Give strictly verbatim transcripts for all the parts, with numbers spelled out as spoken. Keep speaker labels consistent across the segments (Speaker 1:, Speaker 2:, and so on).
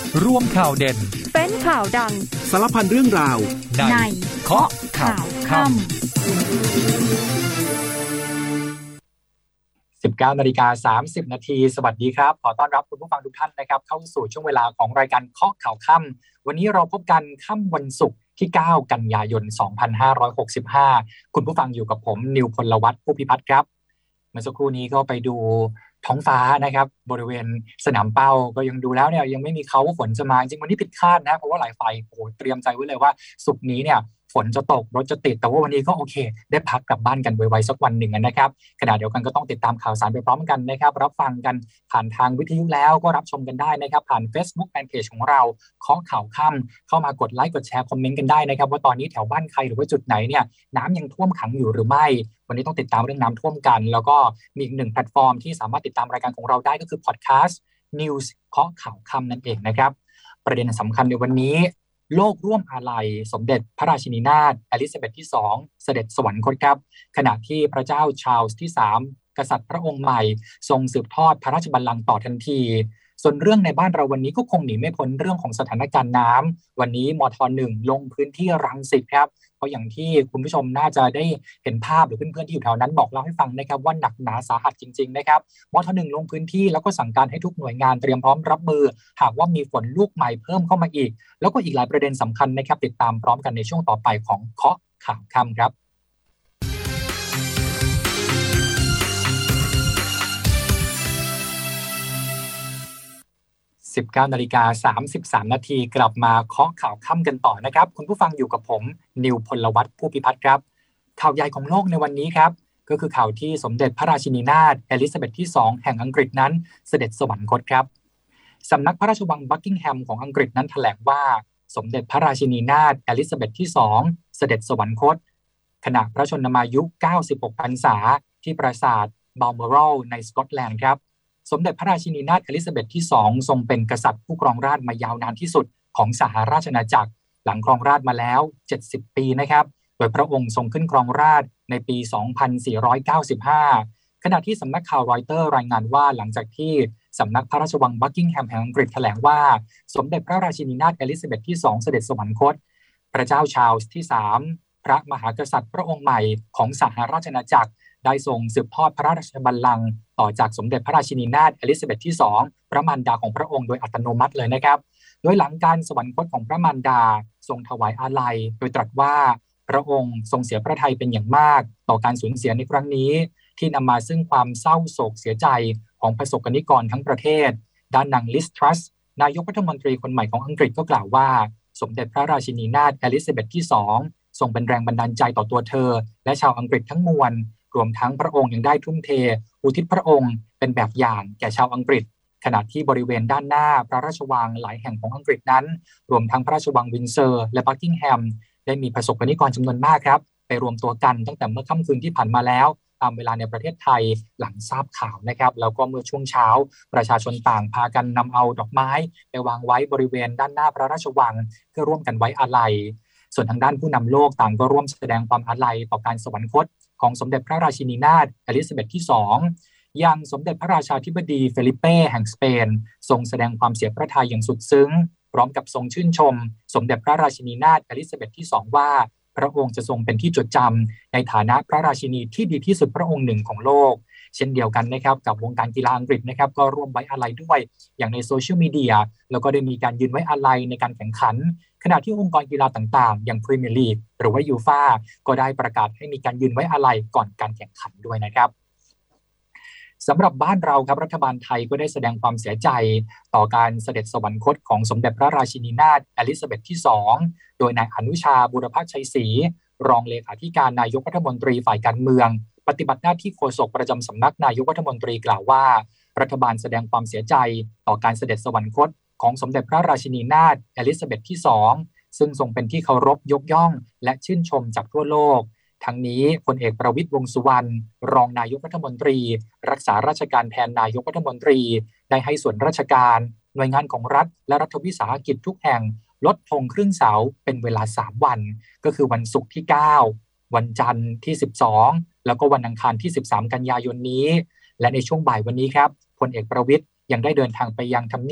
Speaker 1: ร่วมข่าวเด่น
Speaker 2: เป็นข่าวดัง
Speaker 3: สารพันเรื่องราว
Speaker 2: ในเคาะข่าวค่ำ
Speaker 4: สิบเก้านาฬิกาสามสิบนาทีสวัสดีครับขอต้อนรับคุณผู้ฟังทุกท่านนะครับเข้าสู่ช่วงเวลาของรายการเคาะข่าวค่ำวันนี้เราพบกันค่ำวันศุกร์ที่เก้ากันยายนสองพันห้าร้อยหกสิบห้าคุณผู้ฟังอยู่กับผมนิวพลวัฒน์ผู้พิพัฒน์ครับเมื่อสักครู่นี้ก็ไปดูท้องฟ้านะครับบริเวณสนามเป้าก็ยังดูแล้วเนี่ยยังไม่มีเขาว่าฝนจะมาจริงวันนี้ผิดคาดนะเพราะว่าหลายฝ่ายโอ้โหเตรียมใจไว้เลยว่าศุกร์นี้เนี่ยฝนจะตกรถจะติดแต่ว่าวันนี้ก็โอเคได้พักกลับบ้านกันไวๆสักวันหนึ่งนะครับขณะเดียวกันก็ต้องติดตามข่าวสารไปพร้อมกันนะครับรับฟังกันผ่านทางวิทยุแล้วก็รับชมกันได้นะครับผ่าน Facebook Fanpage ของเราเคาะข่าวค่ำเข้ามากดไลค์กดแชร์คอมเมนต์กันได้นะครับว่าตอนนี้แถวบ้านใครหรือว่าจุดไหนเนี่ยน้ำยังท่วมขังอยู่หรือไม่วันนี้ต้องติดตามเรื่องน้ำท่วมกันแล้วก็มีอีกหนึ่งแพลตฟอร์มที่สามารถติดตามรายการของเราได้ก็คือพอดแคสต์ News เคาะข่าวค่ำนั่นเองนะครับประเด็นสำคัญในวันนี้โลกร่วมอาลัยสมเด็จพระราชินีนาถอลิซาเบธที่สองเสด็จสวรรคตครับขณะที่พระเจ้าชาร์ลส์ที่สามกษัตริย์พระองค์ใหม่ทรงสืบทอดพระราชบัลลังก์ต่อทันทีส่วนเรื่องในบ้านเราวันนี้ก็คงหนีไม่พ้นเรื่องของสถานการณ์น้ำวันนี้มทหนึ่งลงพื้นที่รังสิตครับเพราะอย่างที่คุณผู้ชมน่าจะได้เห็นภาพหรือเพื่อนๆที่อยู่แถวนั้นบอกเล่าให้ฟังนะครับว่าหนักหนาสาหัสจริงๆนะครับมทหนึ่งลงพื้นที่แล้วก็สั่งการให้ทุกหน่วยงานเตรียมพร้อมรับมือหากว่ามีฝนลูกใหม่เพิ่มเข้ามาอีกแล้วก็อีกหลายประเด็นสำคัญนะครับติดตามพร้อมกันในช่วงต่อไปของเคาะข่าวค่ำครับสิบเก้านาฬิกาสามสิบสามนาทีกลับมาเคาะข่าวค่ำกันต่อนะครับคุณผู้ฟังอยู่กับผมนิวพลวัฒน์ผู้พิพัฒน์ครับข่าวใหญ่ของโลกในวันนี้ครับก็คือข่าวที่สมเด็จพระราชินีนาถอลิซาเบธที่สองแห่งอังกฤษนั้นเสด็จสวรรคตครับสำนักพระราชวังบักกิงแฮมของอังกฤษนั้นแถลงว่าสมเด็จพระราชินีนาถอลิซาเบธที่สองเสด็จสวรรคตขณะพระชนมายุเก้าสิบหกพรรษาที่ปราสาทบัลมอรัลในสกอตแลนด์ครับสมเด็จพระราชินีนาถอลิซาเบธที่สองทรงเป็นกษัตริย์ผู้ครองราชย์มายาวนานที่สุดของสหราชอาณาจักรหลังครองราชย์มาแล้วเจ็ดสิบปีนะครับโดยพระองค์ทรงขึ้นครองราชย์ในปีสองพันสี่ร้อยเก้าสิบห้าขณะที่สำนักข่าวรอยเตอร์รายงานว่าหลังจากที่สำนักพระราชวังบักกิงแฮมแห่งอังกฤษแถลงว่าสมเด็จพระราชินีนาถอลิซาเบธที่สองเสด็จสวรรคตพระเจ้าชาร์ลส์ที่สามพระมหากษัตริย์พระองค์ใหม่ของสหราชอาณาจักรได้ทรงสืบทอดพระราชบัลลังก์ต่อจากสมเด็จพระราชินีนาถอลิซาเบธที่สองพระมารดาของพระองค์โดยอัตโนมัติเลยนะครับโดยหลังการสวรรคตของพระมารดาทรงถวายอาลัยโดยตรัสว่าพระองค์ทรงเสียพระทัยเป็นอย่างมากต่อการสูญเสียในครั้งนี้ที่นำมาซึ่งความเศร้าโศกเสียใจของประสบกนิกรทั้งประเทศด้านนางลิสทรัสนายกรัฐมนตรีคนใหม่ของอังกฤษก็กล่าวว่าสมเด็จพระราชินีนาถอลิซาเบธที่สองทรงเป็นแรงบันดาลใจต่อตัวเธอและชาวอังกฤษทั้งมวลรวมทั้งพระองค์ยังได้ทุ่มเทอุทิศพระองค์เป็นแบบอย่างแก่ชาวอังกฤษขณะที่บริเวณด้านหน้าพระราชวังหลายแห่งของอังกฤษนั้นรวมทั้งพระราชวังวินเซอร์และบักกิงแฮมได้มีประสบกนิกรจำนวนมากครับไปรวมตัวกันตั้งแต่เมื่อค่ำคืนที่ผ่านมาแล้วตามเวลาในประเทศไทยหลังทราบข่าวนะครับแล้วก็เมื่อช่วงเช้าประชาชนต่างพากันนำเอาดอกไม้ไปวางไว้บริเวณด้านหน้าพระราชวังเพื่อร่วมกันไว้อาลัยส่วนทางด้านผู้นำโลกต่างก็ร่วมแสดงความอาลัยต่อการสวรรคตของสมเด็จพระราชินีนาถอลิซาเบธที่สองยังสมเด็จพระราชาธิบดีเฟลิเป้แห่งสเปนทรงแสดงความเสียพระทัยอย่างสุดซึ้งพร้อมกับทรงชื่นชมสมเด็จพระราชินีนาถอลิซาเบธที่สองว่าพระองค์จะทรงเป็นที่จดจำในฐานะพระราชินีที่ดีที่สุดพระองค์หนึ่งของโลกเช่นเดียวกันนะครับกับวงการกีฬาอังกฤษนะครับก็ร่วมไว้อาลัยด้วยอย่างในโซเชียลมีเดียแล้วก็ได้มีการยืนไว้อาลัยในการแข่งขันขณะที่องค์กรกีฬาต่างๆอย่างพรีเมียร์ลีกหรือว่ายูฟ่าก็ได้ประกาศให้มีการยืนไว้อาลัยก่อนการแข่งขันด้วยนะครับสำหรับบ้านเราครับรัฐบาลไทยก็ได้แสดงความเสียใจต่อการเสด็จสวรรคตของสมเด็จพระราชินีนาถอลิซาเบธที่สองโดยนายอนุชาบุรพชัยศรีรองเลขาธิการนายกรัฐมนตรีฝ่ายการเมืองปฏิบัติหน้าที่โฆษกประจำสำนักนายกรัฐมนตรีกล่าวว่ารัฐบาลแสดงความเสียใจต่อการเสด็จสวรรคตของสมเด็จพระราชินีนาถอลิซาเบธที่สองซึ่งทรงเป็นที่เคารพยกย่องและชื่นชมจากทั่วโลกทั้งนี้พลเอกประวิตรวงษ์สุวรรณรองนายกรัฐมนตรีรักษาราชการแทนนายกรัฐมนตรีได้ให้ส่วนราชการหน่วยงานของรัฐและรัฐวิสาหกิจทุกแห่งลดธงครึ่งเสาเป็นเวลาสามวันก็คือวันศุกร์ที่เก้าวันจันทร์ที่สิบสองแล้วก็วันอังคารที่สิบสามกันยายนนี้และในช่วงบ่ายวันนี้ครับพลเอกประวิตรยังได้เดินทางไปยังทำเนียบ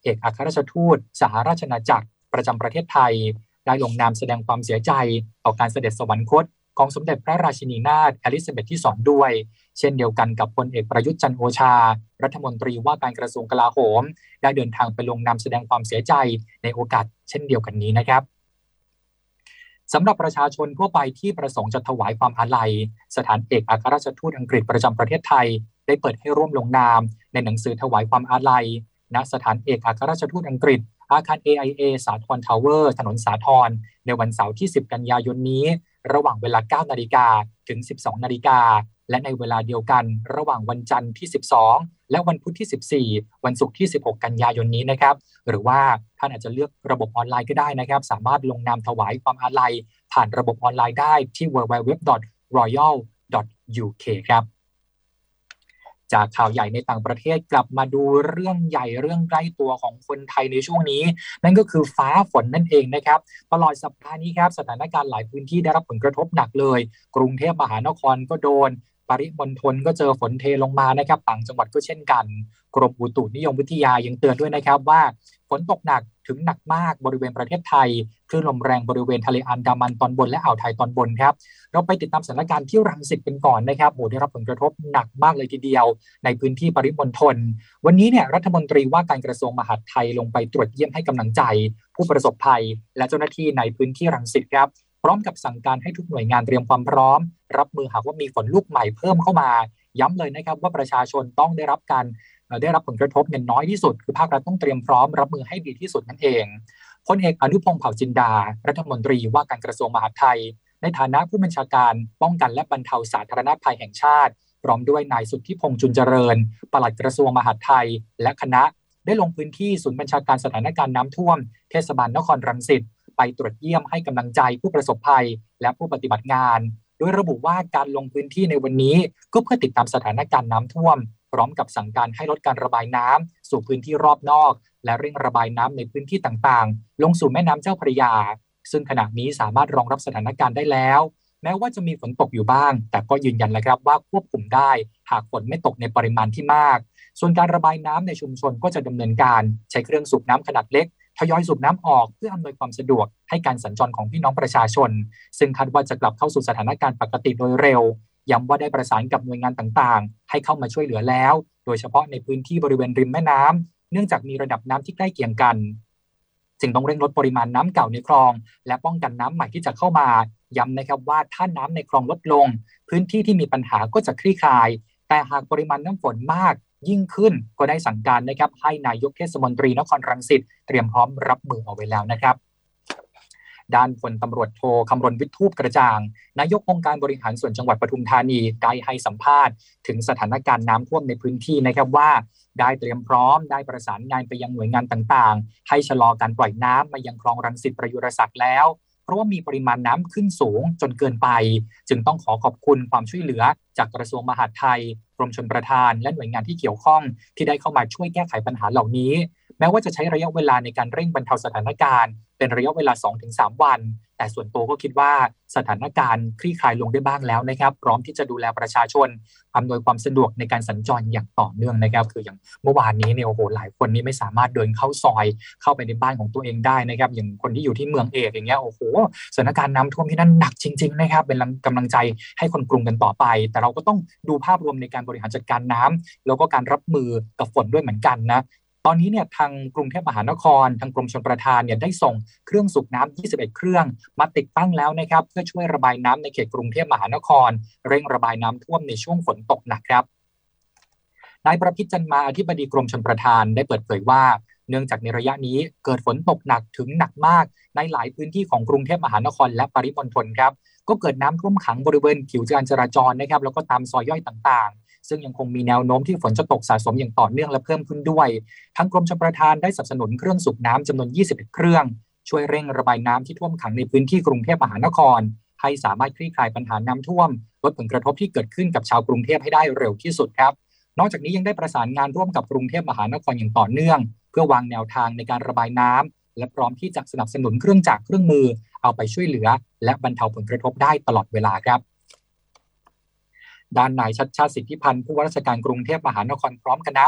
Speaker 4: เอกอัครราชทูตสหราชอาณาจักรประจำประเทศไทยได้ลงนามแสดงความเสียใจต่อการเสด็จสวรรคตของสมเด็จพระราชินีนาถอลิซาเบธที่สองด้วยเช่นเดียวกันกับพลเอกประยุทธ์จันทร์โอชารัฐมนตรีว่าการกระทรวงกลาโหมได้เดินทางไปลงนามแสดงความเสียใจในโอกาสเช่นเดียวกันนี้นะครับสำหรับประชาชนทั่วไปที่ประสงค์จะถวายความอาลัยสถานเอกอัครราชทูตอังกฤษประจำประเทศไทยได้เปิดให้ร่วมลงนามในหนังสือถวายความอาลัยณสถานเอกอัครราชทูตอังกฤษอาคาร เอ ไอ เอ สาทรทาวเวอร์ถนนสาทรในวันเสาร์ที่สิบกันยายนนี้ระหว่างเวลา เก้านาฬิกา ถึง สิบสองนาฬิกาและในเวลาเดียวกันระหว่างวันจันทร์ที่สิบสองและวันพุธที่สิบสี่วันศุกร์ที่สิบหกกันยายนนี้นะครับหรือว่าท่านอาจจะเลือกระบบออนไลน์ก็ได้นะครับสามารถลงนามถวายความอาลัยผ่านระบบออนไลน์ได้ที่ ดับเบิลยู ดับเบิลยู ดับเบิลยู ดอท รอยัล ดอท ยู เค ครับจากข่าวใหญ่ในต่างประเทศกลับมาดูเรื่องใหญ่เรื่องใกล้ตัวของคนไทยในช่วงนี้นั่นก็คือฟ้าฝนนั่นเองนะครับตลอดสัปดาห์นี้ครับสถานการณ์หลายพื้นที่ได้รับผลกระทบหนักเลยกรุงเทพมหานครก็โดนปริมณฑลก็เจอฝนเทลงมานะครับต่างจังหวัดก็เช่นกันกรมอุตุนิยมวิทยายังเตือนด้วยนะครับว่าฝนตกหนักถึงหนักมากบริเวณประเทศไทยคลื่นลมแรงบริเวณทะเลอันดามันตอนบนและอ่าวไทยตอนบนครับเราไปติดตามสถานการณ์ที่รังสิตกันก่อนนะครับโหได้รับผลกระทบหนักมากเลยทีเดียวในพื้นที่ปริมณฑลวันนี้เนี่ยรัฐมนตรีว่าการกระทรวงมหาดไทยลงไปตรวจเยี่ยมให้กำลังใจผู้ประสบภัยและเจ้าหน้าที่ในพื้นที่รังสิตครับพร้อมกับสั่งการให้ทุกหน่วยงานเตรียมความพร้อมรับมือหากว่ามีฝนลูกใหม่เพิ่มเข้ามาย้ำเลยนะครับว่าประชาชนต้องได้รับการได้รับผลกระทบเงินน้อยที่สุดคือภาครัฐต้องเตรียมพร้อมรับมือให้ดีที่สุดนั่นเองพลเอกอนุพงษ์เผ่าจินดารัฐมนตรีว่าการกระทรวงมหาดไทยในฐานะผู้บัญชาการป้องกันและบรรเทาสาธารณภัยแห่งชาติพร้อมด้วยนายสุทธิพงษ์จุลเจริญปลัดกระทรวงมหาดไทยและคณะได้ลงพื้นที่ศูนย์บัญชาการสถานการณ์น้ำท่วมเทศบาลนครรังสิตไปตรวจเยี่ยมให้กำลังใจผู้ประสบภัยและผู้ปฏิบัติงานโดยระบุว่าการลงพื้นที่ในวันนี้ก็เพื่อติดตามสถานการณ์น้ำท่วมพร้อมกับสั่งการให้ลดการระบายน้ำสู่พื้นที่รอบนอกและเร่งระบายน้ำในพื้นที่ต่างๆลงสู่แม่น้ำเจ้าพระยาซึ่งขณะนี้สามารถรองรับสถานการณ์ได้แล้วแม้ว่าจะมีฝนตกอยู่บ้างแต่ก็ยืนยันแล้วครับว่าควบคุมได้หากฝนไม่ตกในปริมาณที่มากส่วนการระบายน้ำในชุมชนก็จะดำเนินการใช้เครื่องสูบน้ำขนาดเล็กทยอยสูบน้ำออกเพื่ออำนวยความสะดวกให้การสัญจรของพี่น้องประชาชนซึ่งคาดว่าจะกลับเข้าสู่สถานการณ์ปกติโดยเร็วย้ำว่าได้ประสานกับหน่วยงานต่างๆให้เข้ามาช่วยเหลือแล้วโดยเฉพาะในพื้นที่บริเวณริมแม่น้ำเนื่องจากมีระดับน้ำที่ใกล้เคียงกันจึงต้องเร่งลดปริมาณน้ำเก่าในคลองและป้องกันน้ำใหม่ที่จะเข้ามาย้ำนะครับว่าถ้าน้ำในคลองลดลงพื้นที่ที่มีปัญหาก็จะคลี่คลายแต่หากปริมาณน้ำฝนมากยิ่งขึ้นก็ได้สั่งการนะครับให้นายกเทศมนตรีนครรังสิตเตรียมพร้อมรับมือเอาไว้แล้วนะครับด้านพลตำรวจโทคำรณวิทูปกระจ่างนายกองค์การบริหารส่วนจังหวัดปทุมธานีได้ให้สัมภาษณ์ถึงสถานการณ์น้ำท่วมในพื้นที่นะครับว่าได้เตรียมพร้อมได้ประสานงานไปยังหน่วยงานต่างๆให้ชะลอการปล่อยน้ำมายังคลองรังสิตประยุรศักดิ์แล้วเพราะว่ามีปริมาณน้ำขึ้นสูงจนเกินไปจึงต้องขอขอบคุณความช่วยเหลือจากกระทรวงมหาดไทยกรมชลประทานและหน่วยงานที่เกี่ยวข้องที่ได้เข้ามาช่วยแก้ไขปัญหาเหล่านี้แม้ว่าจะใช้ระยะเวลาในการเร่งบรรเทาสถานการณ์เป็นระยะเวลา สองถึงสาม วันแต่ส่วนตัวก็คิดว่าสถานการณ์คลี่คลายลงได้บ้างแล้วนะครับพร้อมที่จะดูแลประชาชนอำนวยความสะดวกในการสัญจรอย่างต่อเนื่องนะครับคืออย่างเมื่อวานนี้เนี่ยโอ้โหหลายคนนี่ไม่สามารถเดินเข้าซอยเข้าไปในบ้านของตัวเองได้นะครับอย่างคนที่อยู่ที่เมืองเอกอย่างเงี้ยโอ้โหสถานการณ์น้ำท่วมที่นั่นหนักจริงๆนะครับเป็นกำลังใจให้คนกรุงกันต่อไปแต่เราก็ต้องดูภาพรวมในการบริหารจัดการน้ำแล้วก็การรับมือกับฝนด้วยเหมือนกันนะตอนนี้เนี่ยทางกรุงเทพมหานครทางกรมชลประทานเนี่ยได้ส่งเครื่องสูบน้ำยี่สิบเอ็ดเครื่องมาติดตั้งแล้วนะครับเพื่อช่วยระบายน้ำในเขตกรุงเทพมหานครเร่งระบายน้ำท่วมในช่วงฝนตกหนักครับนายประพิตรจันมาอธิบดีกรมชลประทานได้เปิดเผยว่าเนื่องจากในระยะนี้เกิดฝนตกหนักถึงหนักมากในหลายพื้นที่ของกรุงเทพมหานครและปริมณฑลครับก็เกิดน้ำท่วมขังบริเวณผิวการจราจรนะครับแล้วก็ตามซอยย่อยต่างๆซึ่งยังคงมีแนวโน้มที่ฝนจะตกสะสมอย่างต่อเนื่องและเพิ่มขึ้นด้วยทางกรมชลประทานได้สนับสนุนเครื่องสูบน้ำจำนวนยี่สิบเอ็ดเครื่องช่วยเร่งระบายน้ำที่ท่วมขังในพื้นที่กรุงเทพมหานครให้สามารถคลี่คลายปัญหาน้ำท่วมลดผลกระทบที่เกิดขึ้นกับชาวกรุงเทพให้ได้เร็วที่สุดครับนอกจากนี้ยังได้ประสานงานร่วมกับกรุงเทพมหานครอย่างต่อเนื่องเพื่อวางแนวทางในการระบายน้ำและพร้อมที่จะสนับสนุนเครื่องจักรเครื่องมือเอาไปช่วยเหลือและบรรเทาผลกระทบได้ตลอดเวลาครับด้านนายชัชชาติสิทธิพันธ์ผู้ว่าราชการกรุงเทพมหานครพร้อมคณะ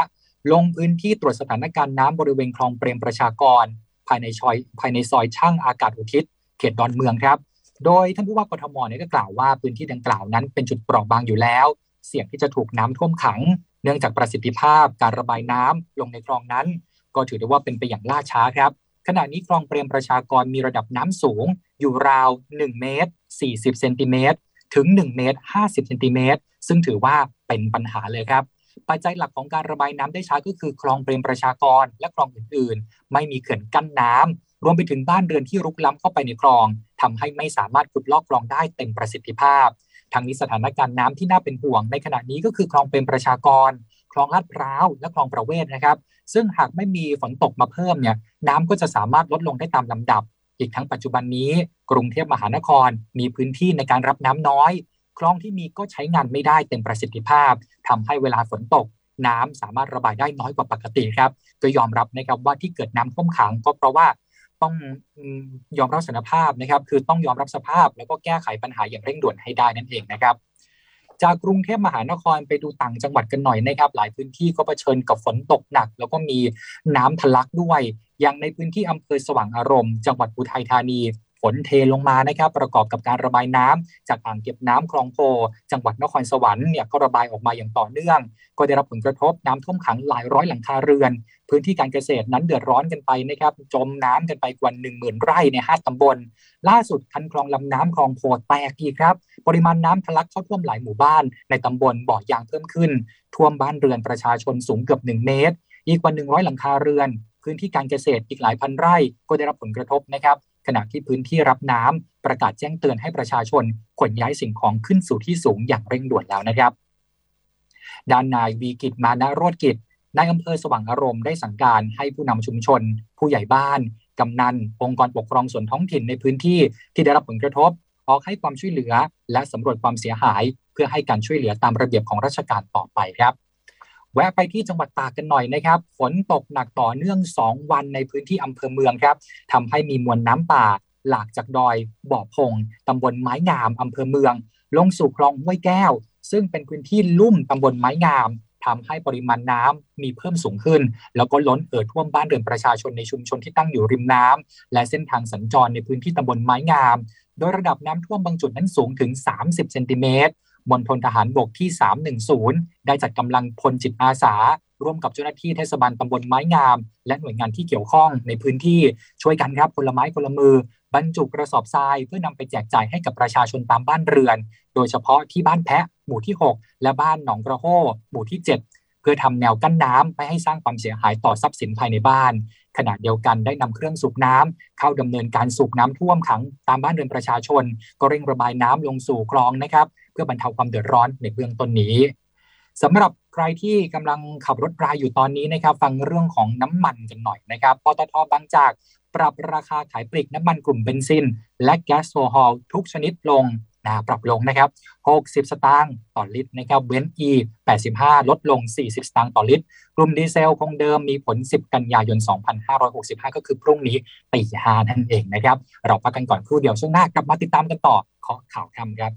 Speaker 4: ลงพื้นที่ตรวจสถานการณ์น้ำบริเวณคลองเปรมประชากรภายในซอยภายในซอยช่างอากาศอุทิศเขตดอนเมืองครับโดยท่านผู้ว่ากทมเนี่ยก็กล่าวว่าพื้นที่ดังกล่าวนั้นเป็นจุดเปราะบางอยู่แล้วเสี่ยงที่จะถูกน้ำท่วมขังเนื่องจากประสิทธิภาพการระบายน้ำลงในคลองนั้นก็ถือได้ว่าเป็นไปอย่างล่าช้าครับขณะนี้คลองเปรมประชากรมีระดับน้ำสูงอยู่ราวหนึ่งเมตรสี่สิบเซนติเมตรถึงหนึ่งเมตรห้าสิบเซนติเมตรซึ่งถือว่าเป็นปัญหาเลยครับปัจจัยหลักของการระบายน้ำได้ช้าก็คือคลองเปรมประชากรและคลองอื่นๆไม่มีเขื่อนกั้นน้ำรวมไปถึงบ้านเรือนที่รุกล้ำเข้าไปในคลองทำให้ไม่สามารถขุดลอกคลองได้เต็มประสิทธิภาพทางนี้สถานการณ์น้ำที่น่าเป็นห่วงในขณะนี้ก็คือคลองเปรมประชากรคลองลาดพร้าวและคลองประเวศนะครับซึ่งหากไม่มีฝนตกมาเพิ่มเนี่ยน้ำก็จะสามารถลดลงได้ตามลำดับอีกทั้งปัจจุบันนี้กรุงเทพมหานครมีพื้นที่ในการรับน้ำน้อยคลองที่มีก็ใช้งานไม่ได้เต็มประสิทธิภาพทำให้เวลาฝนตกน้ำสามารถระบายได้น้อยกว่าปกติครับก็ยอมรับนะครับว่าที่เกิดน้ำท่วมขังก็เพราะว่าต้องยอมรับสถานภาพนะครับคือต้องยอมรับสภาพแล้วก็แก้ไขปัญหาอย่างเร่งด่วนให้ได้นั่นเองนะครับจากกรุงเทพมหานครไปดูต่างจังหวัดกันหน่อยนะครับหลายพื้นที่ก็เผชิญกับฝนตกหนักแล้วก็มีน้ำทะลักด้วยอย่างในพื้นที่อำเภอสว่างอารมณ์จังหวัดอุทัยธานีฝนเทลงมานะครับประกอบกับการระบายน้ำจากอ่างเก็บน้ำคลองโพจังหวัดนครสวรรค์เนี่ยก็ระบายออกมาอย่างต่อเนื่องก็ได้รับผลกระทบน้ำท่วมขังหลายร้อยหลังคาเรือนพื้นที่การเกษตรนั้นเดือดร้อนกันไปนะครับจมน้ำกันไปกว่า หนึ่งหมื่น ไร่ในห้าตำบลล่าสุดคันคลองลำน้ำคลองโพแตกอีกครับปริมาณน้ำทะลักเข้าท่วมหลายหมู่บ้านในตำบลบ่อยางเพิ่มขึ้นท่วมบ้านเรือนประชาชนสูงเกือบหนึ่งเมตรอีกกว่าหนึ่งร้อยหลังคาเรือนพื้นที่การเกษตรอีกหลายพันไร่ก็ได้รับผลกระทบนะครับขณะที่พื้นที่รับน้ำประกาศแจ้งเตือนให้ประชาชนขนย้ายสิ่งของขึ้นสู่ที่สูงอย่างเร่งด่วนแล้วนะครับด้านนายวีกิจมานะโรจน์กิจนายอำเภอสว่างอารมณ์ได้สั่งการให้ผู้นำชุมชนผู้ใหญ่บ้านกำนันองค์กรปกครองส่วนท้องถิ่นในพื้นที่ที่ได้รับผลกระทบออกให้ความช่วยเหลือและสำรวจความเสียหายเพื่อให้การช่วยเหลือตามระเบียบของราชการต่อไปครับแวะไปที่จังหวัดตากกันหน่อยนะครับฝนตกหนักต่อเนื่องสองวันในพื้นที่อำเภอเมืองครับทำให้มีมวลน้ำป่าหลากจากดอยบ่อพงตำบลไม้งามอำเภอเมืองลงสู่คลองห้วยแก้วซึ่งเป็นพื้นที่ลุ่มตำบลไม้งามทำให้ปริมาณน้ำมีเพิ่มสูงขึ้นแล้วก็ล้นเอ่อท่วมบ้านเรือนประชาชนในชุมชนที่ตั้งอยู่ริมน้ำและเส้นทางสัญจรในพื้นที่ตำบลไม้งามโดยระดับน้ำท่วมบางจุดนั้นสูงถึงสามสิบเซนติเมตรมณฑลทหารบกที่สามหนึ่งศูนย์ได้จัดกำลังพลจิตอาสาร่วมกับเจ้าหน้าที่เทศบาลตำบลไม้งามและหน่วยงานที่เกี่ยวข้องในพื้นที่ช่วยกันครับคนละไม้คนละมือบรรจุกระสอบทรายเพื่อนำไปแจกจ่ายให้กับประชาชนตามบ้านเรือนโดยเฉพาะที่บ้านแพะหมู่ที่หกและบ้านหนองกระโห้หมู่ที่เจ็ดเพื่อทำแนวกั้นน้ำไม่ให้สร้างความเสียหายต่อทรัพย์สินภายในบ้านขณะเดียวกันได้นำเครื่องสูบน้ำเข้าดำเนินการสูบน้ำท่วมขังตามบ้านเรือนประชาชนก็เร่งระบายน้ำลงสู่คลองนะครับเพื่อบรรเทาความเดือดร้อนในเบื้องต้นนี้สำหรับใครที่กำลังขับรถราอยู่ตอนนี้นะครับฟังเรื่องของน้ำมันกันหน่อยนะครับปตท.บางจากปรับราคาขายปลีกน้ำมันกลุ่มเบนซินและแก๊สโซฮอลทุกชนิดลงนะปรับลงนะครับหกสิบสตางค์ต่อลิตรนะครับเว้น E แปดสิบห้าลดลงสี่สิบสตางค์ต่อลิตรกลุ่มดีเซลคงเดิมมีผลสิบกันยายนสองพันห้าร้อยหกสิบห้าก็คือพรุ่งนี้ตีห้านั่นเองนะครับเราพักกันก่อนครู่เดียวช่วงหน้ากลับมาติดตามกันต่อเคาะข่าวค่ำครับ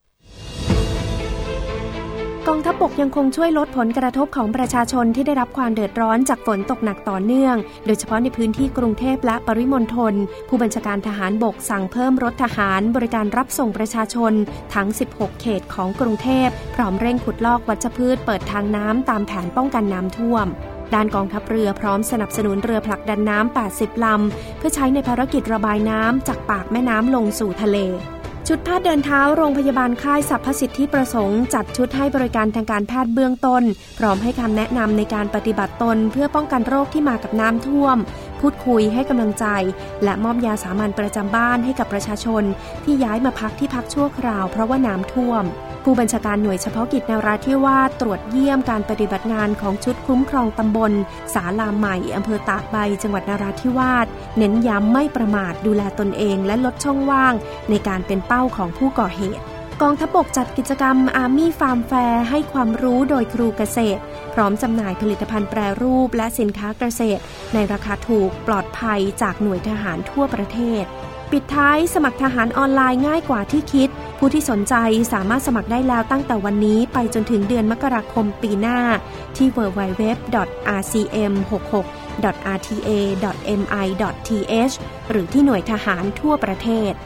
Speaker 2: กองทัพบกยังคงช่วยลดผลกระทบของประชาชนที่ได้รับความเดือดร้อนจากฝนตกหนักต่อเนื่องโดยเฉพาะในพื้นที่กรุงเทพและปริมณฑลผู้บัญชาการทหารบกสั่งเพิ่มรถทหารบริการรับส่งประชาชนทั้งสิบหกเขตของกรุงเทพพร้อมเร่งขุดลอกวัชพืชเปิดทางน้ำตามแผนป้องกันน้ำท่วมด้านกองทัพเรือพร้อมสนับสนุนเรือผลักดันน้ำแปดสิบลำเพื่อใช้ในภารกิจระบายน้ำจากปากแม่น้ำลงสู่ทะเลชุดแพทย์เดินเท้าโรงพยาบาลค่ายสรรพสิทธิประสงค์จัดชุดให้บริการทางการแพทย์เบื้องต้นพร้อมให้คำแนะนำในการปฏิบัติตนเพื่อป้องกันโรคที่มากับน้ำท่วมพูดคุยให้กำลังใจและมอบยาสามัญประจำบ้านให้กับประชาชนที่ย้ายมาพักที่พักชั่วคราวเพราะว่าน้ำท่วมผู้บัญชาการหน่วยเฉพาะกิจนราธิวาสตรวจเยี่ยมการปฏิบัติงานของชุดคุ้มครองตำบลศาลาใหม่อำเภอตากใบจังหวัดนราธิวาสเน้นย้ำไม่ประมาทดูแลตนเองและลดช่องว่างในการเป็นเป้าของผู้ก่อเหตุกองทัพบกจัดกิจกรรม Army Farm Fair ให้ความรู้โดยครูเกษตรพร้อมจำหน่ายผลิตภัณฑ์แปรรูปและสินค้าเกษตรในราคาถูกปลอดภัยจากหน่วยทหารทั่วประเทศปิดท้ายสมัครทหารออนไลน์ง่ายกว่าที่คิดผู้ที่สนใจสามารถสมัครได้แล้วตั้งแต่วันนี้ไปจนถึงเดือนมกราคมปีหน้าที่ ดับเบิลยู ดับเบิลยู ดับเบิลยู ดอท อาร์ ซี เอ็ม หกสิบหก ดอท อาร์ ที เอ ดอท เอ็ม ไอ ดอท ที เอช หรือที่หน่วยทหารทั่วประเทศ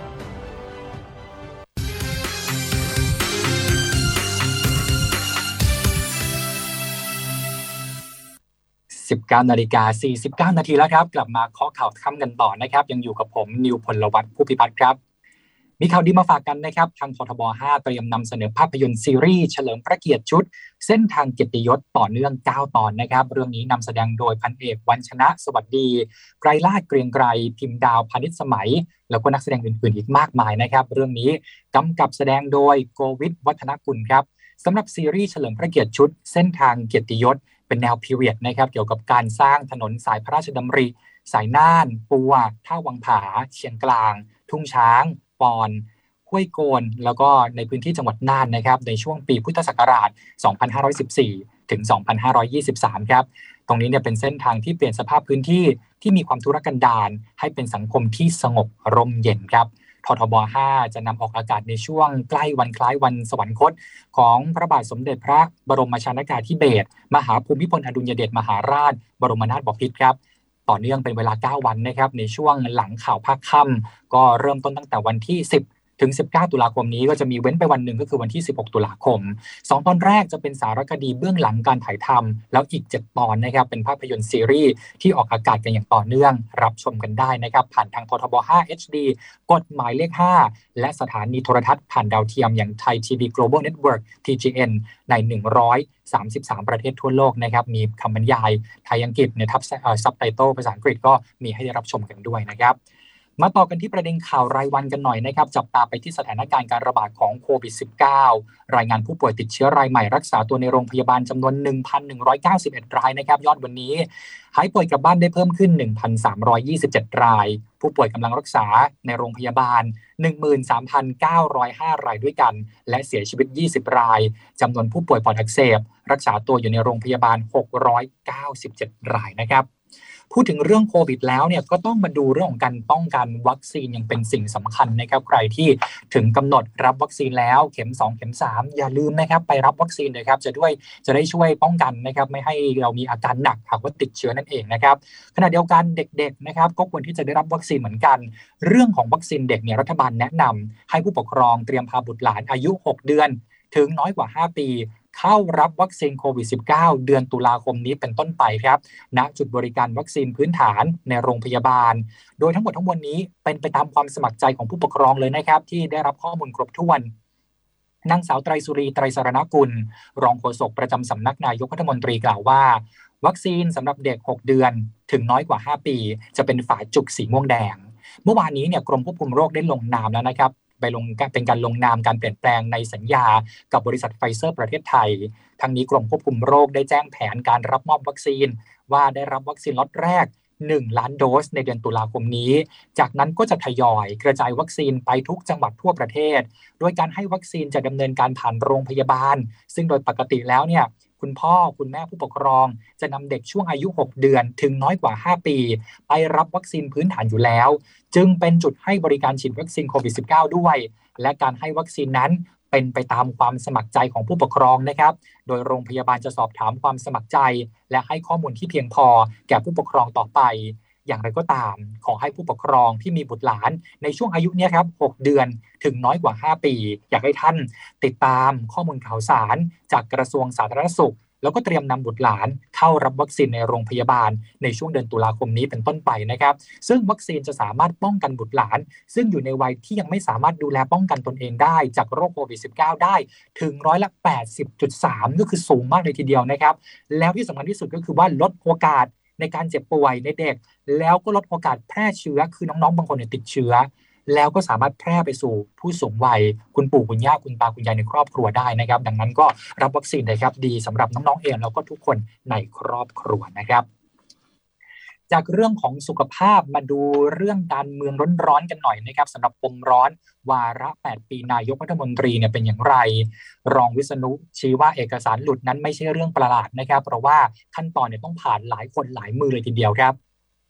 Speaker 4: สิบเก้านาฬิกาสี่สิบเก้านาทีแล้วครับกลับมาเคาะข่าวค่ำกันต่อนะครับยังอยู่กับผมนิวพลวัฒน์ผู้พิพัฒน์ครับมีข่าวดีมาฝากกันนะครับทางททบห้าเตรียมนำเสนอภาพยนตร์ซีรีส์เฉลิมพระเกียรติชุดเส้นทางเกียรติยศต่อเนื่องเก้าตอนนะครับเรื่องนี้นำแสดงโดยพันเอกวรรณชนะสวัสดีไกรลาศเกรียงไกรพิมพ์ดาวพานิชสมัยแล้วก็นักแสดงอื่นๆอีกมากมายนะครับเรื่องนี้กำกับแสดงโดยโกวิทวัฒนกุลครับสำหรับซีรีส์เฉลิมพระเกียรติชุดเส้นทางเกียรติยศเป็นแนวพีเรียดนะครับเกี่ยวกับการสร้างถนนสายพระราชดำริสายน่านปัวท่าวังผาเชียงกลางทุ่งช้างปอนห้วยโกนแล้วก็ในพื้นที่จังหวัดน่านนะครับในช่วงปีพุทธศักราชสองพันห้าร้อยสิบสี่ถึงสองพันห้าร้อยยี่สิบสามครับตรงนี้เนี่ยเป็นเส้นทางที่เปลี่ยนสภาพพื้นที่ที่มีความทุรกันดารให้เป็นสังคมที่สงบร่มเย็นครับททบห้าจะนำออกอากาศในช่วงใกล้วันคล้ายวันสวรรคตของพระบาทสมเด็จพระบรมชนกาธิเบศรมหาภูมิพลอดุลยเดชมหาราชบรมนาถบพิตรครับต่อเนื่องเป็นเวลาเก้าวันนะครับในช่วงหลังข่าวภาคค่ำก็เริ่มต้นตั้งแต่วันที่สิบถึงสิบเก้าตุลาคมนี้ก็จะมีเว้นไปวันหนึ่งก็คือวันที่สิบหกตุลาคมสองตอนแรกจะเป็นสารคดีเบื้องหลังการถ่ายทำแล้วอีกเจ็ดตอนนะครับเป็นภาพยนตร์ซีรีส์ที่ออกอากาศกันอย่างต่อเนื่องรับชมกันได้นะครับผ่านทางททบห้า เอช ดี กฎหมายเลขห้าและสถานีโทรทัศน์ผ่านดาวเทียมอย่าง Thai ที วี Global Network ที จี เอ็น ในหนึ่งร้อยสามสิบสามประเทศทั่วโลกนะครับมีคำบรรยายไทยอังกฤษเนี่ยทับซับไตเติลภาษาอังกฤษก็มีให้ได้รับชมกันด้วยนะครับมาต่อกันที่ประเด็นข่าวรายวันกันหน่อยนะครับจับตาไปที่สถานการณ์การระบาดของโควิด สิบเก้า รายงานผู้ป่วยติดเชื้อรายใหม่รักษาตัวในโรงพยาบาลจำนวน หนึ่งพันหนึ่งร้อยเก้าสิบเอ็ด รายนะครับยอดวันนี้หายป่วยกลับบ้านได้เพิ่มขึ้น หนึ่งพันสามร้อยยี่สิบเจ็ด รายผู้ป่วยกำลังรักษาในโรงพยาบาล หนึ่งหมื่นสามพันเก้าร้อยห้า รายด้วยกันและเสียชีวิตยี่สิบรายจำนวนผู้ป่วยปอดอักเสบรักษาตัวอยู่ในโรงพยาบาลหกร้อยเก้าสิบเจ็ดรายนะครับพูดถึงเรื่องโควิดแล้วเนี่ยก็ต้องมาดูเรื่องของการป้องกันวัคซีนยังเป็นสิ่งสำคัญนะครับใครที่ถึงกำหนดรับวัคซีนแล้วเข็มสองเข็มสามอย่าลืมนะครับไปรับวัคซีนเลยครับจะด้วยจะได้ช่วยป้องกันนะครับไม่ให้เรามีอาการหนักหากว่าติดเชื้อนั่นเองนะครับขณะเดียวกันเด็กๆนะครับก็ควรที่จะได้รับวัคซีนเหมือนกันเรื่องของวัคซีนเด็กเนี่ยรัฐบาลแนะนำให้ผู้ปกครองเตรียมพาบุตรหลานอายุหกเดือนถึงน้อยกว่าห้าปีเข้ารับวัคซีนโควิด สิบเก้า เดือนตุลาคมนี้เป็นต้นไปครับณจุดบริการวัคซีนพื้นฐานในโรงพยาบาลโดยทั้งหมดทั้งมวลนี้เป็นไปตามความสมัครใจของผู้ปกครองเลยนะครับที่ได้รับข้อมูลครบถ้วนนางสาวไตรสุรีไตรสรณกุลรองโฆษกประจำสำนักนายกรัฐมนตรีกล่าวว่าวัคซีนสำหรับเด็กหกเดือนถึงน้อยกว่าห้าปีจะเป็นฝาจุกสีม่วงแดงเมื่อวานนี้เนี่ยกรมควบคุมโรคได้ลงนามแล้วนะครับไปลงเป็นการลงนามการเปลี่ยนแปลงในสัญญากับบริษัทไฟเซอร์ประเทศไทยทั้งนี้กรมควบคุมโรคได้แจ้งแผนการรับมอบวัคซีนว่าได้รับวัคซีนล็อตแรกหนึ่งล้านโดสในเดือนตุลาคมนี้จากนั้นก็จะทยอยกระจายวัคซีนไปทุกจังหวัดทั่วประเทศโดยการให้วัคซีนจะดำเนินการผ่านโรงพยาบาลซึ่งโดยปกติแล้วเนี่ยคุณพ่อคุณแม่ผู้ปกครองจะนำเด็กช่วงอายุหกเดือนถึงน้อยกว่าห้าปีไปรับวัคซีนพื้นฐานอยู่แล้วจึงเป็นจุดให้บริการฉีดวัคซีนโควิด สิบเก้า ด้วยและการให้วัคซีนนั้นเป็นไปตามความสมัครใจของผู้ปกครองนะครับโดยโรงพยาบาลจะสอบถามความสมัครใจและให้ข้อมูลที่เพียงพอแก่ผู้ปกครองต่อไปอย่างไรก็ตามขอให้ผู้ปกครองที่มีบุตรหลานในช่วงอายุนี้ครับหกเดือนถึงน้อยกว่าห้าปีอยากให้ท่านติดตามข้อมูลข่าวสารจากกระทรวงสาธารณสุขแล้วก็เตรียมนำบุตรหลานเข้ารับวัคซีนในโรงพยาบาลในช่วงเดือนตุลาคมนี้เป็นต้นไปนะครับซึ่งวัคซีนจะสามารถป้องกันบุตรหลานซึ่งอยู่ในวัยที่ยังไม่สามารถดูแลป้องกันตนเองได้จากโรคโควิด สิบเก้า ได้ถึงร้อยละ แปดสิบจุดสาม ก็คือสูงมากเลยทีเดียวนะครับแล้วที่สำคัญที่สุดก็คือว่าลดโอกาสในการเจ็บป่วยในเด็กแล้วก็ลดโอกาสแพร่เชื้อคือน้องๆบางคนเนี่ยติดเชื้อแล้วก็สามารถแพร่ไปสู่ผู้สูงวัยคุณปู่คุณย่าคุณตาคุณยายในครอบครัวได้นะครับดังนั้นก็รับวัคซีนเลยครับดีสำหรับน้องๆเองแล้วก็ทุกคนในครอบครัวนะครับจากเรื่องของสุขภาพมาดูเรื่องการเมืองร้อนๆกันหน่อยนะครับสำหรับปมร้อนวาระแปดปีนายกรัฐมนตรีเนี่ยเป็นอย่างไรรองวิษณุชี้ว่าเอกสารหลุดนั้นไม่ใช่เรื่องประหลาดนะครับเพราะว่าขั้นตอนเนี่ยต้องผ่านหลายคนหลายมือเลยทีเดียวครับ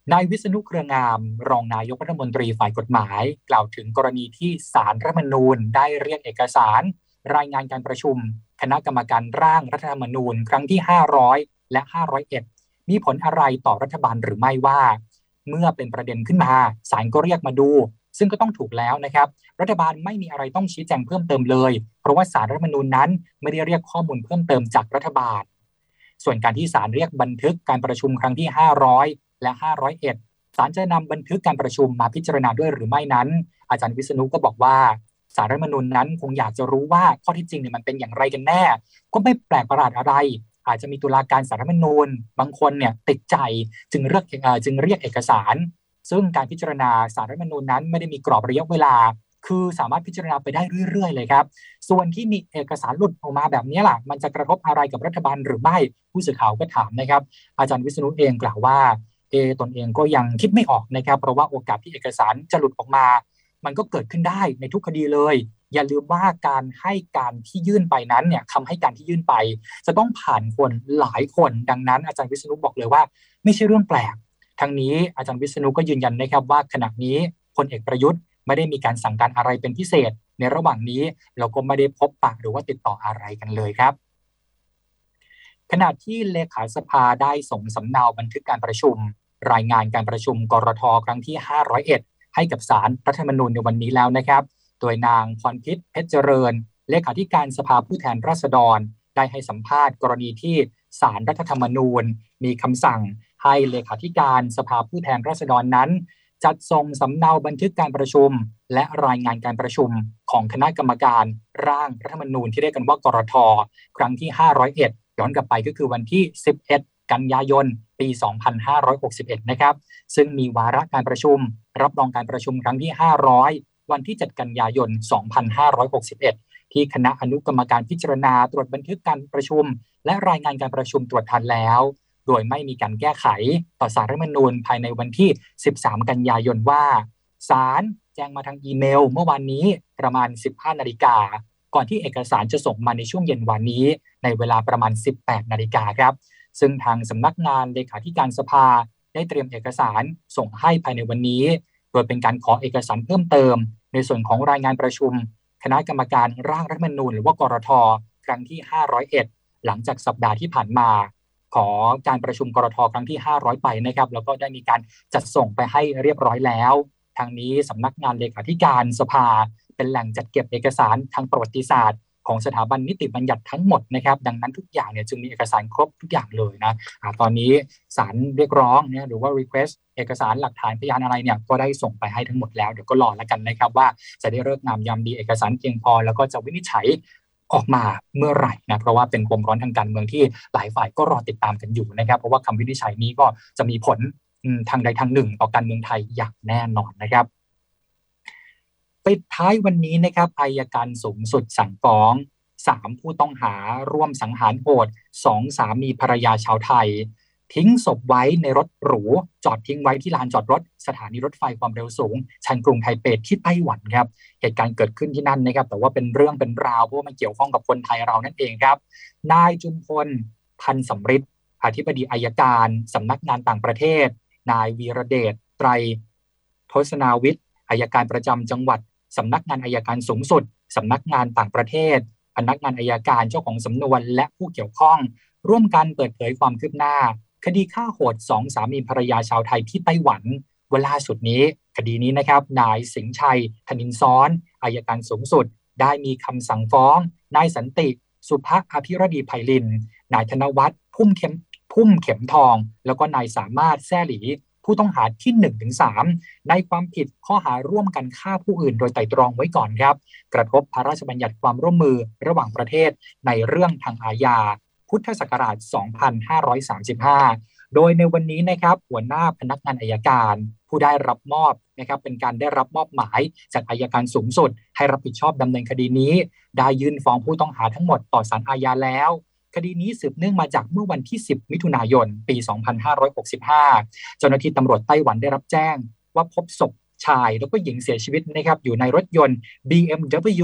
Speaker 4: นายวิษณุเครืองามรองนายกรัฐมนตรีฝ่ายกฎหมายกล่าวถึงกรณีที่ศาลรัฐธรรมนูญได้เรียกเอกสารรายงานการประชุมคณะกรรมการร่างรัฐธรรมนูญครั้งที่ห้าร้อยและห้าร้อยเอ็ดมีผลอะไรต่อรัฐบาลหรือไม่ว่าเมื่อเป็นประเด็นขึ้นมาศาลก็เรียกมาดูซึ่งก็ต้องถูกแล้วนะครับรัฐบาลไม่มีอะไรต้องชี้แจงเพิ่มเติมเลยเพราะว่าศาลรัฐธรรมนูญนั้นไม่ได้เรียกข้อมูลเพิ่มเติมจากรัฐบาลส่วนการที่ศาลเรียกบันทึกการประชุมครั้งที่ห้าร้อยและห้าร้อยเอ็ดศาลจะนำบันทึกการประชุมมาพิจารณาด้วยหรือไม่นั้นอาจารย์วิษณุก็บอกว่าศาลรัฐธรรมนูญนั้นคงอยากจะรู้ว่าข้อที่จริงเนี่ยมันเป็นอย่างไรกันแน่ก็ไม่แปลกประหลาดอะไรอาจจะมีตุลาการศาลรัฐธรรมนูญบางคนเนี่ยติดใจจึงเรียกจึงเรียกเอกสารซึ่งการพิจารณาศาลรัฐธรรมนูญนั้นไม่ได้มีกรอบระยะเวลาคือสามารถพิจารณาไปได้เรื่อยๆเลยครับส่วนที่มีเอกสารหลุดออกมาแบบนี้ล่ะมันจะกระทบอะไรกับรัฐบาลหรือไม่ผู้สื่อข่าวก็ถามนะครับอาจารย์วิษณุเองกล่าวว่าเอตนเองก็ยังคิดไม่ออกนะครับเพราะว่าโอกาสที่เอกสารจะหลุดออกมามันก็เกิดขึ้นได้ในทุกคดีเลยอย่าลืมว่าการให้การที่ยื่นไปนั้นเนี่ยคำให้การที่ยื่นไปจะต้องผ่านคนหลายคนดังนั้นอาจารย์วิษณุบอกเลยว่าไม่ใช่เรื่องแปลกทั้งนี้อาจารย์วิษณุก็ยืนยันนะครับว่าขณะนี้พลเอกประยุทธ์ไม่ได้มีการสั่งการอะไรเป็นพิเศษในระหว่างนี้เราก็ไม่ได้พบปะหรือว่าติดต่ออะไรกันเลยครับขณะที่เลขาสภาได้ส่งสำเนาบันทึกการประชุมรายงานการประชุมกรท.ครั้งที่ห้าร้อยเอ็ดให้กับศาลรัฐธรรมนูญในวันนี้แล้วนะครับโดยนางพรพิษเพชรเจริญเลขาธิการสภาผู้แทนราษฎรได้ให้สัมภาษณ์กรณีที่ศาลรัฐธรรมนูญมีคำสั่งให้เลขาธิการสภาผู้แทนราษฎรนั้นจัดส่งสำเนาบันทึกการประชุมและรายงานการประชุมของคณะกรรมการร่างรัฐธรรมนูญที่เรียกกันว่ากรท.ครั้งที่ห้าร้อยเอ็ดย้อนกลับไปก็คือวันที่สิบเอ็ดกันยายนปีสองพันห้าร้อยหกสิบเอ็ดนะครับซึ่งมีวาระการประชุมรับรองการประชุมครั้งที่ห้าร้อยวันที่เจ็ดกันยายนสองพันห้าร้อยหกสิบเอ็ดที่คณะอนุกรรมการพิจารณาตรวจบันทึกการประชุมและรายงานการประชุมตรวจทันแล้วโดยไม่มีการแก้ไขต่อศาลรัฐธรรมนูญภายในวันที่สิบสามกันยายนว่าศาลแจ้งมาทางอีเมลเมื่อวานนี้ประมาณ สิบห้านาฬิกาก่อนที่เอกสารจะส่งมาในช่วงเย็นวันนี้ในเวลาประมาณ สิบแปดนาฬิกาครับซึ่งทางสำนักงานเลขาธิการสภาได้เตรียมเอกสารส่งให้ภายในวันนี้โดยเป็นการขอเอกสารเพิ่มเติมในส่วนของรายงานประชุมคณะกรรมการร่างรัฐธรรมนูญหรือว่ากรท.ครั้งที่ห้าร้อยเอ็ดหลังจากสัปดาห์ที่ผ่านมาขอการประชุมกรท.ครั้งที่ห้าร้อยไปนะครับแล้วก็ได้มีการจัดส่งไปให้เรียบร้อยแล้วทางนี้สำนักงานเลขาธิการสภาเป็นแหล่งจัดเก็บเอกสารทางประวัติศาสตร์ของสถาบันนิติบัญญัติทั้งหมดนะครับดังนั้นทุกอย่างเนี่ยจึงมีเอกสารครบทุกอย่างเลยนะอ่าตอนนี้ศาลเรียกร้องเนี่ยหรือว่า request เอกสารหลักฐานพยานอะไรเนี่ยก็ได้ส่งไปให้ทั้งหมดแล้วเดี๋ยวก็รอแล้วกันนะครับว่าจะได้เลิกงามยามดีเอกสารเพียงพอแล้วก็จะวินิจฉัยออกมาเมื่อไหร่นะเพราะว่าเป็นปมร้อนทางการเมืองที่หลายฝ่ายก็รอติดตามกันอยู่นะครับเพราะว่าคำวินิจฉัยนี้ก็จะมีผลทางใดทางหนึ่งต่อการเมืองไทยอย่างแน่นอนนะครับปิดท้ายวันนี้นะครับอัยการสูงสุดสั่งฟ้องสามผู้ต้องหาร่วมสังหารโหดสองสามีภรรยาชาวไทยทิ้งศพไว้ในรถหรูจอดทิ้งไว้ที่ลานจอดรถสถานีรถไฟความเร็วสูงชันกรุงไทเปที่ไต้หวันครับเหตุการณ์เกิดขึ้นที่นั่นนะครับแต่ว่าเป็นเรื่องเป็นราวเพราะว่ามันเกี่ยวข้องกับคนไทยเรานั่นเองครับนายจุมพลพันธ์สำริดอธิบดีอัยการสำนักงานต่างประเทศนายวีระเดชไตรทศนาวิทย์อัยการประจำจังหวัดสำนักงานอัยการสูงสุดสำนักงานต่างประเทศพนักงานอัยการเจ้าของสำนวนและผู้เกี่ยวข้องร่วมกันเปิดเผยความคืบหน้าคดีฆ่าโหดสองสามีภรรยาชาวไทยที่ไต้หวันเวลาสุดนี้คดีนี้นะครับนายสิงห์ชัยธนินทร์ซ้อนอัยการสูงสุดได้มีคำสั่งฟ้องนายสันติสุภอภิรดีไพลินนายธนวัฒน์พุ่มเข็มพุ่มเข็มทองแล้วก็นายสามารถแซ่หลีผู้ต้องหาที่ หนึ่งถึงสาม ในความผิดข้อหาร่วมกันฆ่าผู้อื่นโดยไตร่ตรองไว้ก่อนครับกระทบพระราชบัญญัติความร่วมมือระหว่างประเทศในเรื่องทางอาญาพุทธศักราชสองพันห้าร้อยสามสิบห้าโดยในวันนี้นะครับหัวหน้าพนักงานอัยการผู้ได้รับมอบนะครับเป็นการได้รับมอบหมายจากอัยการสูงสุดให้รับผิดชอบดำเนินคดีนี้ได้ยื่นฟ้องผู้ต้องหาทั้งหมดต่อศาลอาญาแล้วคดีนี้สืบเนื่องมาจากเมื่อวันที่สิบมิถุนายนปีสองพันห้าร้อยหกสิบห้าเจ้าหน้าที่ตำรวจไต้หวันได้รับแจ้งว่าพบศพชายแล้วก็หญิงเสียชีวิตนะครับอยู่ในรถยนต์ บี เอ็ม ดับเบิลยู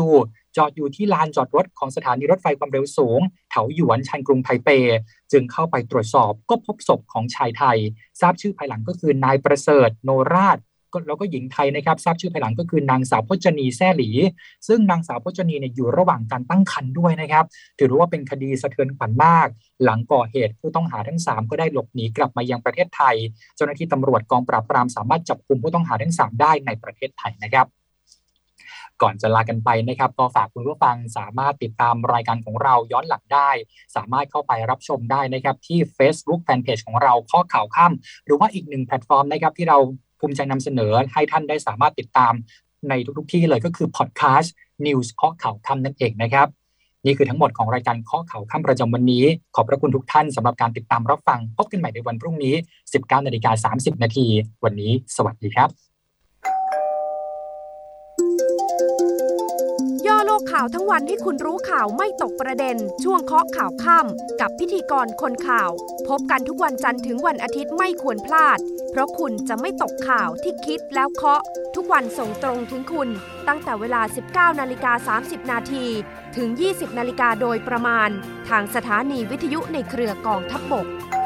Speaker 4: จอดอยู่ที่ลานจอดรถของสถานีรถไฟความเร็วสูงแถวหยวนชานกรุงไทเปจึงเข้าไปตรวจสอบก็พบศพของชายไทยทราบชื่อภายหลังก็คือนายประเสริฐโนราชแล้วก็หญิงไทยนะครับทราบชื่อภายหลังก็คือนางสาวพจนีแซ่หลีซึ่งนางสาวพจนีเนี่ยอยู่ระหว่างการตั้งครรภ์ด้วยนะครับถือว่าเป็นคดีสะเทือนขวัญมากหลังก่อเหตุผู้ต้องหาทั้งสามก็ได้หลบหนีกลับมายังประเทศไทยเจ้าหน้าที่ตำรวจกองปราบปรามสามารถจับกุมผู้ต้องหาทั้งสามได้ในประเทศไทยนะครับก่อนจะลากันไปนะครับก็ฝากคุณผู้ฟังสามารถติดตามรายการของเราย้อนหลังได้สามารถเข้าไปรับชมได้นะครับที่ Facebook Fanpage ของเราข้อข่าวค่ำหรือว่าอีกหนึ่งแพลตฟอร์มนะครับที่เราภูมิใจนำเสนอให้ท่านได้สามารถติดตามในทุกๆที่เลยก็คือ Podcast News ข้อข่าวค่ำนั่นเองนะครับนี่คือทั้งหมดของรายการข้อข่าวค่ำประจำวันนี้ขอบพระคุณทุกท่านสำหรับการติดตามรับฟังพบกันใหม่ในวันพรุ่งนี้ สิบเก้านาฬิกาสามสิบนาทีวันนี้สวัสดีครับ
Speaker 2: ย่อโลกข่าวทั้งวันให้คุณรู้ข่าวไม่ตกประเด็นช่วงเคาะข่าวค่ำกับพิธีกรคนข่าวพบกันทุกวันจันทร์ถึงวันอาทิตย์ไม่ควรพลาดเพราะคุณจะไม่ตกข่าวที่คิดแล้วเคาะทุกวันส่งตรงถึงคุณตั้งแต่เวลา สิบเก้านาฬิกาสามสิบนาทีถึง ยี่สิบนาฬิกาโดยประมาณทางสถานีวิทยุในเครือกองทัพบก